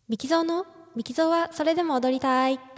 ミキゾーのミキゾーはそれでも踊りたい。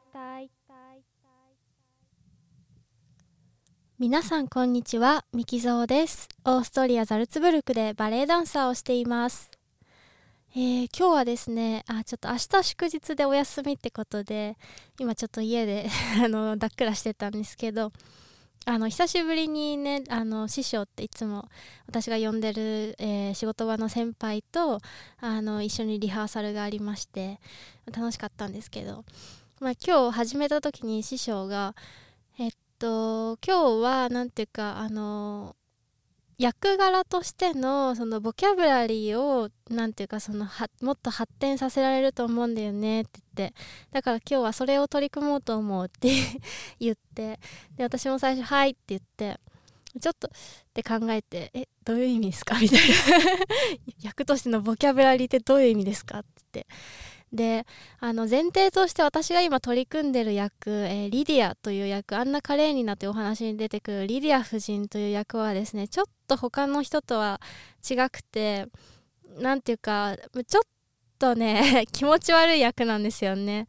皆さんこんにちは、ミキゾーです。オーストリアザルツブルクでバレエダンサーをしています。今日はですね、ちょっと明日祝日でお休みってことで、今ちょっと家でだっくらしてたんですけど、久しぶりにね、師匠っていつも私が呼んでる、仕事場の先輩と一緒にリハーサルがありまして楽しかったんですけど、今日始めた時に師匠が今日はなんていうか役柄としてのそのボキャブラリーをなんていうかもっと発展させられると思うんだよねって言って、だから今日はそれを取り組もうと思うって言って、で私も最初はいって言ってちょっとって考えて、どういう意味ですかみたいな役としてのボキャブラリーってどういう意味ですかって言って、で前提として私が今取り組んでる役、リディアという役、アンナ・カレーニナというお話に出てくるリディア夫人という役はですね、ちょっと他の人とは違くて、なんていうかちょっとね気持ち悪い役なんですよね。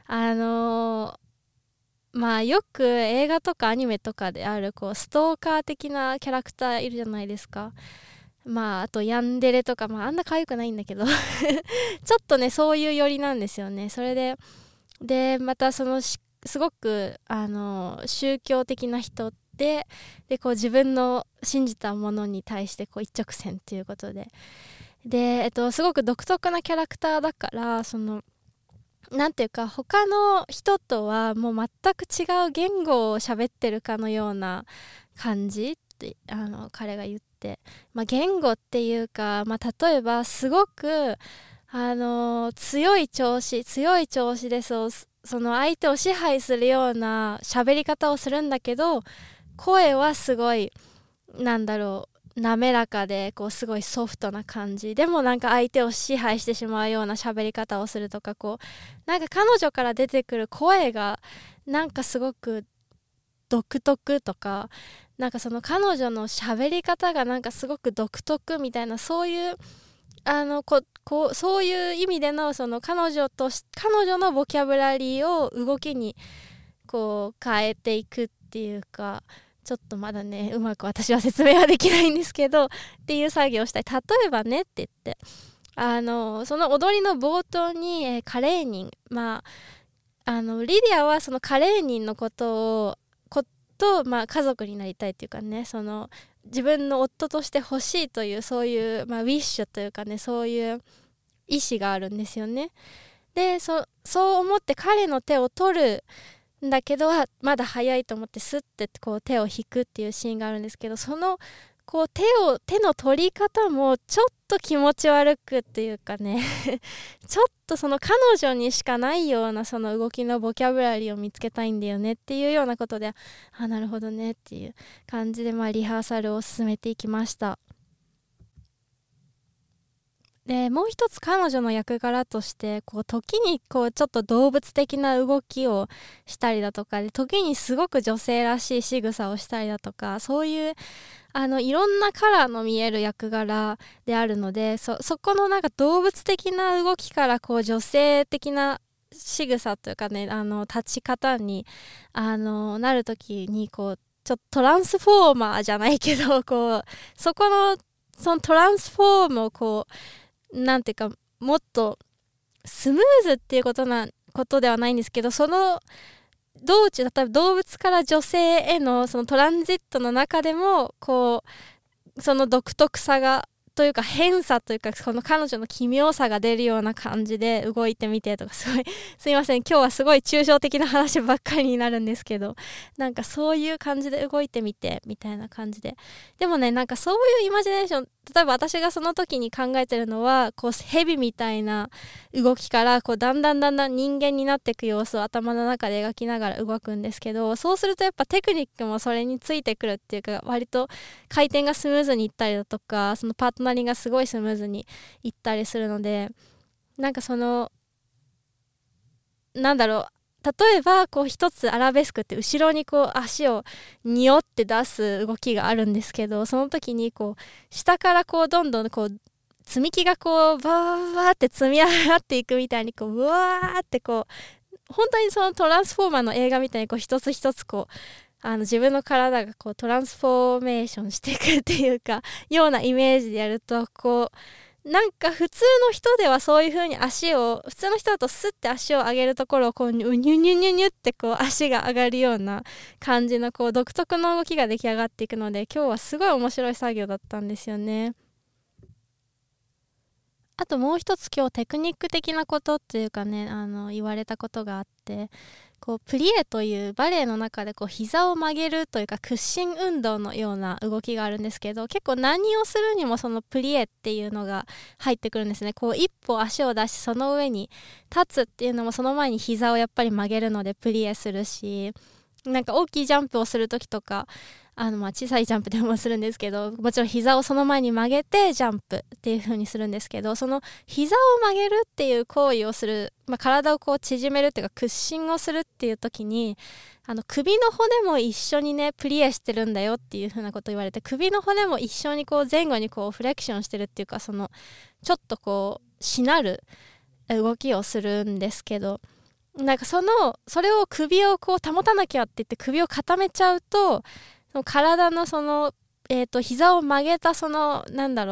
よく映画とかアニメとかであるストーカー的なキャラクターいるじゃないですか。あとヤンデレとか、あんな可愛くないんだけどちょっとねそういう寄りなんですよね。それでまたすごく宗教的な人で自分の信じたものに対して一直線ということですごく独特なキャラクターだから、なんていうか他の人とはもう全く違う言語を喋ってるかのような感じって彼が言って、言語っていうか、例えばすごく強い調子でその相手を支配するような喋り方をするんだけど、声はすごい滑らかですごいソフトな感じでも相手を支配してしまうような喋り方をするとか、彼女から出てくる声がすごく独特とか、その彼女の喋り方がすごく独特みたいな、そういうそういう意味での彼女のボキャブラリーを動きに変えていくっていうか、ちょっとまだねうまく私は説明はできないんですけどっていう作業をしたい。例えばねって言ってその踊りの冒頭に、カレーニン、リディアはそのカレーニンのことを家族になりたいっていうかね、自分の夫として欲しいというそういう、ウィッシュというかね、そういう意志があるんですよね。でそう思って彼の手を取るんだけどまだ早いと思ってスッて手を引くっていうシーンがあるんですけど、その手の取り方もちょっと気持ち悪くっていうかねちょっと彼女にしかないようなその動きのボキャブラリーを見つけたいんだよねっていうようなことで、なるほどねっていう感じでリハーサルを進めていきました。でもう一つ彼女の役柄として時にちょっと動物的な動きをしたりだとかで、時にすごく女性らしい仕草をしたりだとか、そういういろんなカラーの見える役柄であるので、そこの動物的な動きから女性的な仕草というかね、立ち方になるときにちょっとトランスフォーマーじゃないけどそこのそのトランスフォームをなんていうかもっとスムーズっていうことではないんですけど、その道中、例えば動物から女性へのそのトランジットの中でもその独特さがというか変さというか、この彼女の奇妙さが出るような感じで動いてみてとか、すいません今日はすごい抽象的な話ばっかりになるんですけど、そういう感じで動いてみてみたいな感じで、でもねそういうイマジネーション、例えば私がその時に考えてるのは蛇みたいな動きからだんだん人間になっていく様子を頭の中で描きながら動くんですけど、そうするとやっぱテクニックもそれについてくるっていうか、割と回転がスムーズにいったりだとか、そのパートナリングがすごいスムーズにいったりするので、例えば一つアラベスクって後ろに足をにおって出す動きがあるんですけど、その時に下からどんどん積み木がこうバーバーって積み上がっていくみたいにこううわーってこう本当にそのトランスフォーマーの映画みたいにこう一つ一つこう自分の体がこうトランスフォーメーションしていくっていうかようなイメージでやるとこうなんか普通の人ではそういう風に普通の人だとスッて足を上げるところをこうニュニュニュニュニュってこう足が上がるような感じのこう独特の動きが出来上がっていくので今日はすごい面白い作業だったんですよね。あともう一つ今日テクニック的なことっていうかね言われたことがあってこうプリエというバレエの中でこう膝を曲げるというか屈伸運動のような動きがあるんですけど結構何をするにもそのプリエっていうのが入ってくるんですね。こう一歩足を出しその上に立つっていうのもその前に膝をやっぱり曲げるのでプリエするしなんか大きいジャンプをするときとか小さいジャンプでもするんですけどもちろん膝をその前に曲げてジャンプっていう風にするんですけどその膝を曲げるっていう行為をする、体をこう縮めるっていうか屈伸をするっていう時に首の骨も一緒にねプリエしてるんだよっていう風なことを言われて首の骨も一緒にこう前後にこうフレクションしてるっていうかそのちょっとこうしなる動きをするんですけどなんかそれを首をこう保たなきゃって言って首を固めちゃうとその体のその膝を曲げたその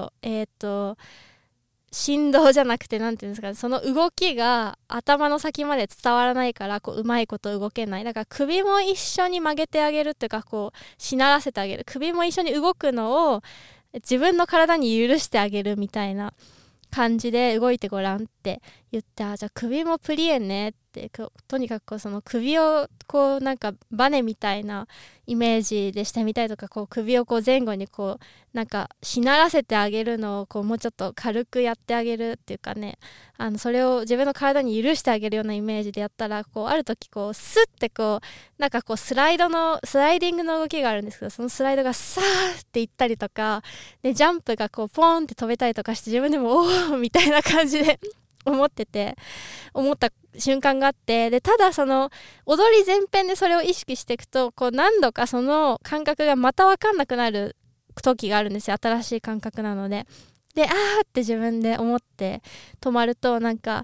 振動じゃなくてなんていうんですかねその動きが頭の先まで伝わらないからこううまいこと動けないだから首も一緒に曲げてあげるっていうかこうしならせてあげる首も一緒に動くのを自分の体に許してあげるみたいな感じで動いてごらんって言ってじゃあ首もプリエねってとにかくその首をこうなんかバネみたいなイメージでしてみたいとかこう首をこう前後にこうなんかしならせてあげるのをこうもうちょっと軽くやってあげるっていうかねそれを自分の体に許してあげるようなイメージでやったらこうある時こうスッてこうなんかこうスライディングの動きがあるんですけどそのスライドがサーっていったりとかでジャンプがこうポーンって飛べたりとかして自分でもおーみたいな感じで思った瞬間があってでただその踊り全編でそれを意識していくとこう何度かその感覚がまた分かんなくなる時があるんですよ新しい感覚なのででって自分で思って止まるとなんか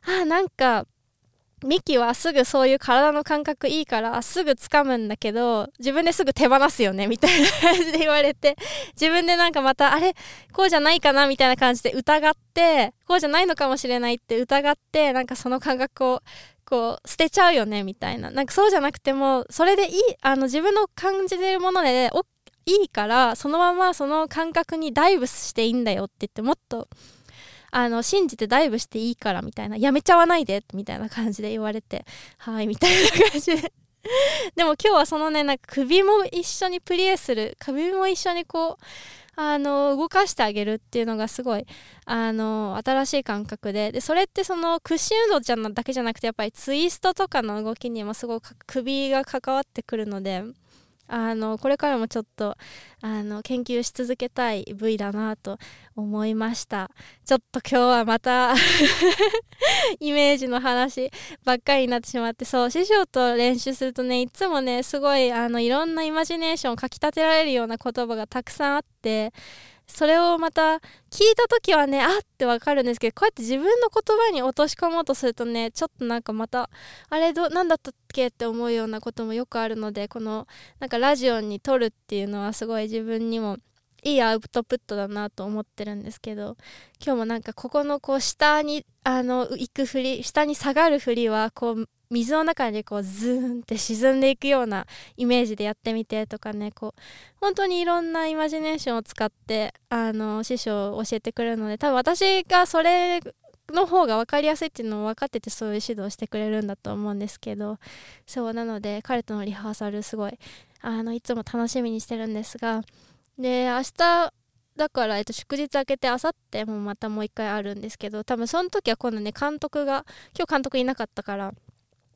ミキはすぐそういう体の感覚いいからすぐ掴むんだけど自分ですぐ手放すよねみたいな感じで言われて自分でなんかまたこうじゃないかなみたいな感じで疑ってこうじゃないのかもしれないって疑ってなんかその感覚をこう捨てちゃうよねみたいななんかそうじゃなくてもそれでいい自分の感じてるものでいいからそのままその感覚にダイブしていいんだよって言ってもっと信じてダイブしていいからみたいなやめちゃわないでみたいな感じで言われてはいみたいな感じででも今日はそのねなんか首も一緒にプリエする首も一緒にこう動かしてあげるっていうのがすごい新しい感覚でそれってその屈伸運動だけじゃなくてやっぱりツイストとかの動きにもすごく首が関わってくるのでこれからもちょっと研究し続けたい部位だなと思いました。ちょっと今日はまたイメージの話ばっかりになってしまってそう師匠と練習するとねいつもねすごいいろんなイマジネーションをかきたてられるような言葉がたくさんあってそれをまた聞いた時はねってわかるんですけどこうやって自分の言葉に落とし込もうとするとねちょっとなんかまた何だったっけって思うようなこともよくあるのでこのなんかラジオに撮るっていうのはすごい自分にもいいアウトプットだなと思ってるんですけど今日もなんかここのこう下に行く振り下に下がる振りはこう水の中にこうズーンって沈んでいくようなイメージでやってみてとかねこう本当にいろんなイマジネーションを使って師匠を教えてくれるので多分私がそれの方が分かりやすいっていうのを分かっててそういう指導をしてくれるんだと思うんですけどそうなので彼とのリハーサルすごいいつも楽しみにしてるんですがで明日だから、祝日明けてあさってもまたもう一回あるんですけど多分その時は今度ね今日監督いなかったから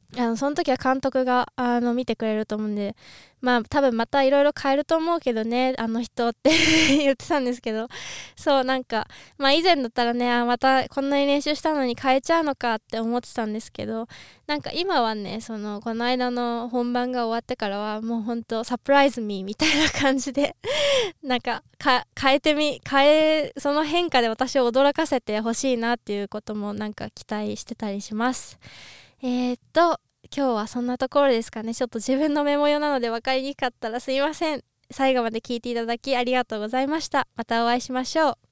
その時は監督が見てくれると思うんで、まあ多分またいろいろ変えると思うけどね、あの人って言ってたんですけど、そうなんかまあ以前だったらね、またこんなに練習したのに変えちゃうのかって思ってたんですけど、なんか今はね、この間の本番が終わってからはもうほんとサプライズミーみたいな感じでなんかその変化で私を驚かせてほしいなっていうこともなんか期待してたりします。今日はそんなところですかね。ちょっと自分のメモ用なので分かりにくかったらすいません。最後まで聞いていただきありがとうございました。またお会いしましょう。